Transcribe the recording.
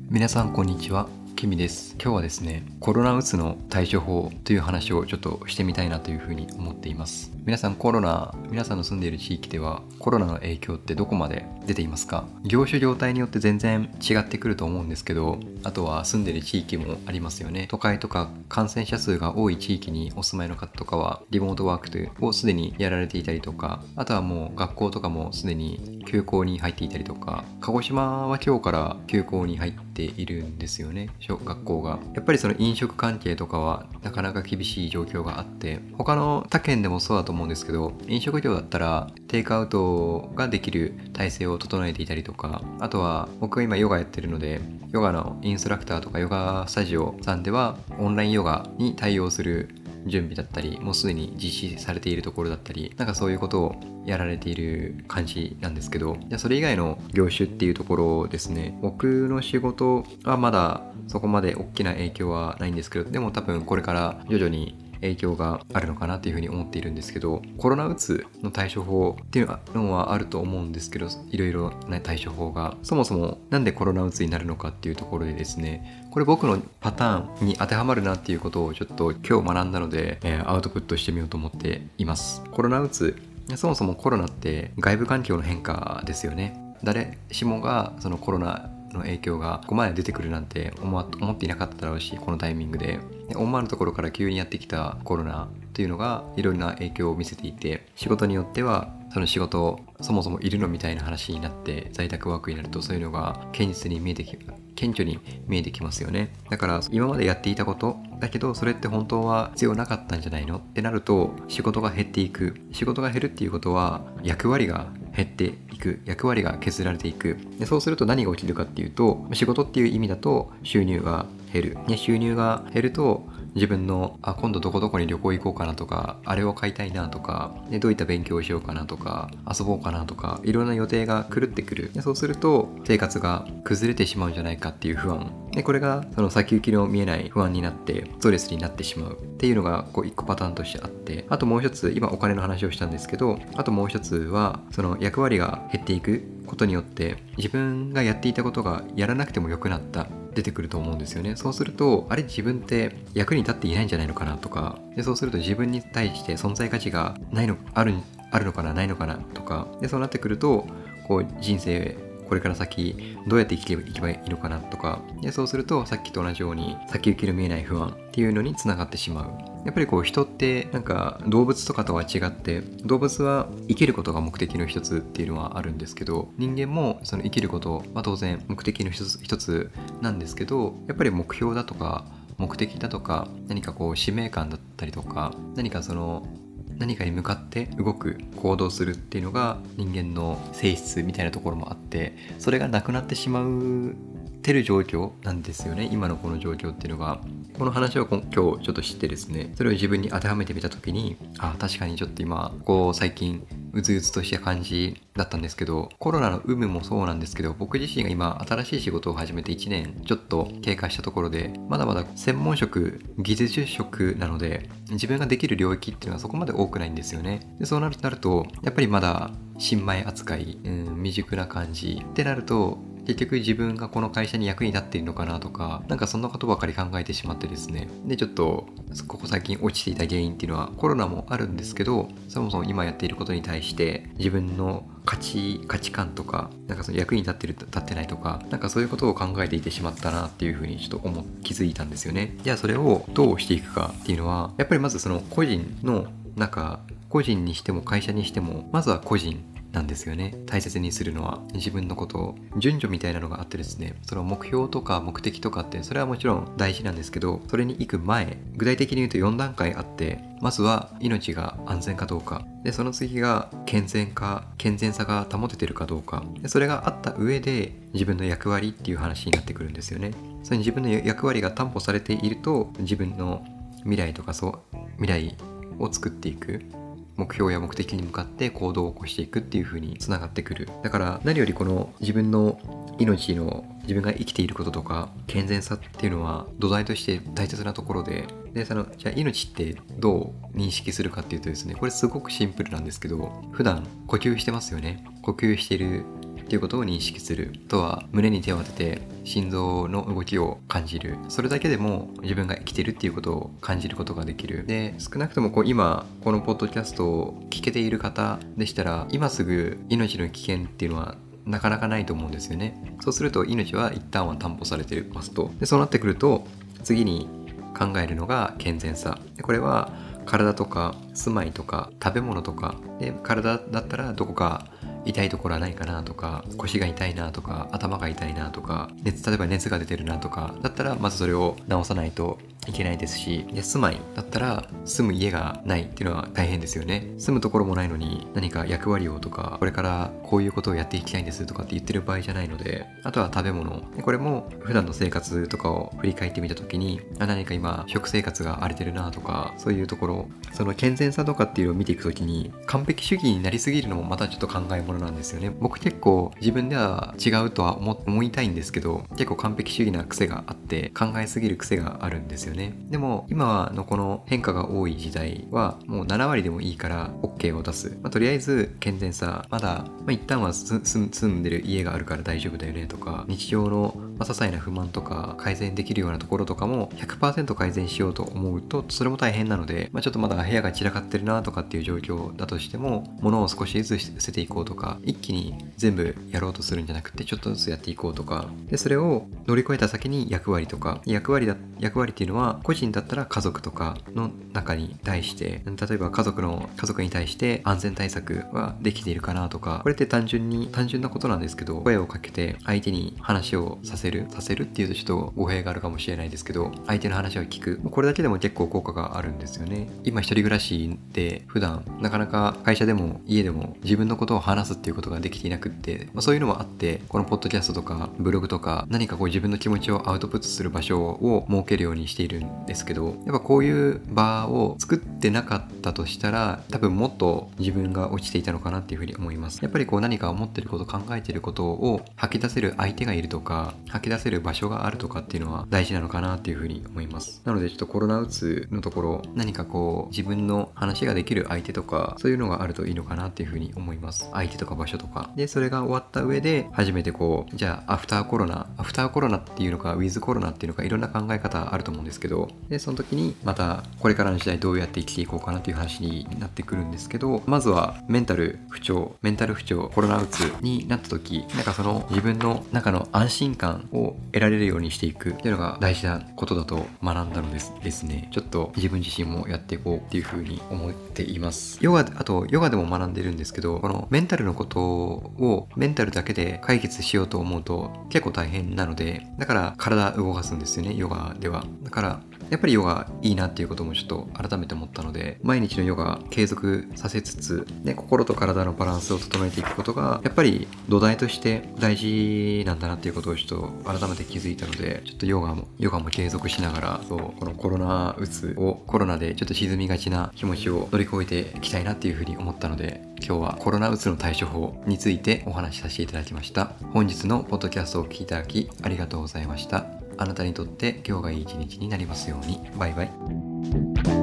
皆さんこんにちは、キミです。今日はですね、コロナうつの対処法という話をちょっとしてみたいなというふうに思っています。皆さんの住んでいる地域ではコロナの影響ってどこまで出ていますか？業種業態によって全然違ってくると思うんですけど、あとは住んでいる地域もありますよね。都会とか感染者数が多い地域にお住まいの方とかはリモートワークをすでにやられていたりとか、あとはもう学校とかもすでに休校に入っていたりとか、鹿児島は今日から休校に入っているんですよね、小学校が。やっぱりその飲食関係とかはなかなか厳しい状況があって、他の他県でもそうだと思うんですけど、飲食業だったらテイクアウトができる体制を整えていたりとか、あとは僕は今ヨガやってるので、ヨガのインストラクターとかヨガスタジオさんではオンラインヨガに対応する準備だったり、もうすでに実施されているところだったり、なんかそういうことをやられている感じなんですけど、じゃあそれ以外の業種っていうところですね、僕の仕事はまだそこまで大きな影響はないんですけど、でも多分これから徐々に影響があるのかなというふうに思っているんですけど、コロナうつの対処法っていうのはあると思うんですけど、いろいろな対処法が、そもそもなんでコロナうつになるのかっていうところでですね、これ僕のパターンに当てはまるなっていうことをちょっと今日学んだので、アウトプットしてみようと思っています。コロナうつ、そもそもコロナって外部環境の変化ですよね。誰しもがそのコロナの影響がここまで出てくるなんて思っていなかっただろうし、このタイミングで思わぬところから急にやってきたコロナというのがいろんな影響を見せていて、仕事によってはその仕事そもそもいるのみたいな話になって、在宅ワークになるとそういうのが顕著に見えてきますよね。だから今までやっていたことだけど、それって本当は必要なかったんじゃないのってなると、仕事が減っていく。仕事が減るっていうことは役割が減っていく、役割が削られていく。でそうすると何が起きるかっていうと、仕事っていう意味だと収入が減る。収入が減ると自分の今度どこどこに旅行行こうかなとか、あれを買いたいなとか、どういった勉強をしようかなとか、遊ぼうかなとか、いろんな予定が狂ってくる。そうすると生活が崩れてしまうんじゃないかっていう不安で、これがその先行きの見えない不安になってストレスになってしまうっていうのが一個パターンとしてあって、あともう一つ、今お金の話をしたんですけど、あともう一つはその役割が減っていくことによって自分がやっていたことがやらなくてもよくなった出てくると思うんですよね。そうすると、あれ自分って役に立っていないんじゃないのかなとか、でそうすると自分に対して存在価値があるのかなないのかなとか、でそうなってくると人生これから先どうやっていけばいいのかなとか、でそうするとさっきと同じように先行きの見えない不安っていうのにつながってしまう。やっぱり人ってなんか動物とかとは違って、動物は生きることが目的の一つっていうのはあるんですけど、人間もその生きることは当然目的の一つなんですけど、やっぱり目標だとか目的だとか、何か使命感だったりとか、何かに向かって動く行動するっていうのが人間の性質みたいなところもあって、それがなくなってしまってる状況なんですよね、今のこの状況っていうのが。この話を今日ちょっと知ってですね、それを自分に当てはめてみた時に、確かにちょっと今最近うつうつとした感じだったんですけど、コロナの有無もそうなんですけど、僕自身が今新しい仕事を始めて1年ちょっと経過したところで、まだまだ専門職技術職なので、自分ができる領域っていうのはそこまで多くないんですよね。でそうなるとやっぱりまだ新米扱い、未熟な感じってなると、結局自分がこの会社に役に立っているのかなとか、なんかそんなことばかり考えてしまってですね。でちょっとここ最近落ちていた原因っていうのはコロナもあるんですけど、そもそも今やっていることに対して自分の価値観とか、なんかその役に立ってないとか、なんかそういうことを考えていてしまったなっていうふうにちょっと気づいたんですよね。じゃあそれをどうしていくかっていうのは、やっぱりまずその個人にしても会社にしても、まずは個人なんですよね。大切にするのは自分のことを、順序みたいなのがあってですね、その目標とか目的とかってそれはもちろん大事なんですけど、それに行く前、具体的に言うと4段階あって、まずは命が安全かどうかで、その次が健全さが保ててるかどうかで、それがあった上で自分の役割っていう話になってくるんですよね。それに自分の役割が担保されていると、自分の未来を作っていく、目標や目的に向かって行動を起こしていくっていう風につながってくる。だから何よりこの自分が生きていることとか健全さっていうのは土台として大切なところで、じゃあ命ってどう認識するかっていうとですね、これすごくシンプルなんですけど、普段呼吸してますよね。呼吸してるっていうことを認識する。あとは胸に手を当てて心臓の動きを感じる。それだけでも自分が生きてるっていうことを感じることができる。で、少なくとも今このポッドキャストを聞けている方でしたら、今すぐ命の危険っていうのはなかなかないと思うんですよね。そうすると命は一旦は担保されてますと。で、そうなってくると次に考えるのが健全さ。で、これは体とか住まいとか食べ物とかで、体だったらどこか痛いところはないかなとか、腰が痛いなとか、頭が痛いなとか、例えば熱が出てるなとかだったら、まずそれを治さないといけないですし、で、住まいだったら住む家がないっていうのは大変ですよね。住むところもないのに何か役割をとか、これからこういうことをやっていきたいんですとかって言ってる場合じゃないので、あとは食べ物で、これも普段の生活とかを振り返ってみた時に、何か今食生活が荒れてるなとか、そういうところ、その健全さとかっていうのを見ていく時に、完璧主義になりすぎるのもまたちょっと考えものなんですよね。僕結構自分では違うとは思いたいんですけど、結構完璧主義な癖があって考えすぎる癖があるんですよね。でも今のこの変化が多い時代はもう7割でもいいから OK を出す。とりあえず健全さ、まだ、一旦は住んでる家があるから大丈夫だよねとか、日常の些細な不満とか改善できるようなところとかも 100% 改善しようと思うとそれも大変なので、ちょっとまだ部屋が散らかってるなとかっていう状況だとしても、物を少しずつ捨てていこうとか、一気に全部やろうとするんじゃなくてちょっとずつやっていこうとか、でそれを乗り越えた先に役割とか、役割っていうのは個人だったら家族とかの中に対して、例えば家族に対して安全対策はできているかなとか、これって単純なことなんですけど、声をかけて相手に話をさせるっていうとちょっと語弊があるかもしれないですけど、相手の話を聞く、これだけでも結構効果があるんですよね。今一人暮らしで普段なかなか会社でも家でも自分のことを話すっていうことができていなくって、そういうのもあってこのポッドキャストとかブログとか何か自分の気持ちをアウトプットする場所を設けるようにしているんですけど、やっぱこういう場を作ってなかったとしたら多分もっと自分が落ちていたのかなっていうふうに思います。やっぱり何か思ってること考えてることを吐き出せる相手がいるとか、吐き出せる場所があるとかっていうのは大事なのかなっていうふうに思います。なのでちょっとコロナうつのところ、何か自分の話ができる相手とかそういうのがあるといいのかなっていうふうに思います。相手とか場所とかで、それが終わった上で初めてじゃあアフターコロナっていうのかウィズコロナっていうのか、いろんな考え方あると思うんですけど、でその時にまたこれからの時代どうやって生きていこうかなっていう話になってくるんですけど、まずはメンタル不調、コロナうつになった時、その自分の中の安心感を得られるようにしていくっていうのが大事なことだと学んだのですね。ちょっと自分自身もやっていこうっていうふうに思っています。ヨガでも学んでるんですけど、このメンタルのことをメンタルだけで解決しようと思うと結構大変なので、だから体動かすんですよね、ヨガでは。だからやっぱりヨガいいなっていうこともちょっと改めて思ったので、毎日のヨガ継続させつつ、心と体のバランスを整えていくことがやっぱり土台として大事なんだなっていうことをちょっと改めて気づいたので、ちょっとヨガも継続しながら、このコロナうつを、コロナでちょっと沈みがちな気持ちを乗り越えていきたいなっていうふうに思ったので、今日はコロナうつの対処法についてお話しさせていただきました。本日のポッドキャストを聞いていただきありがとうございました。あなたにとって今日がいい一日になりますように。バイバイ。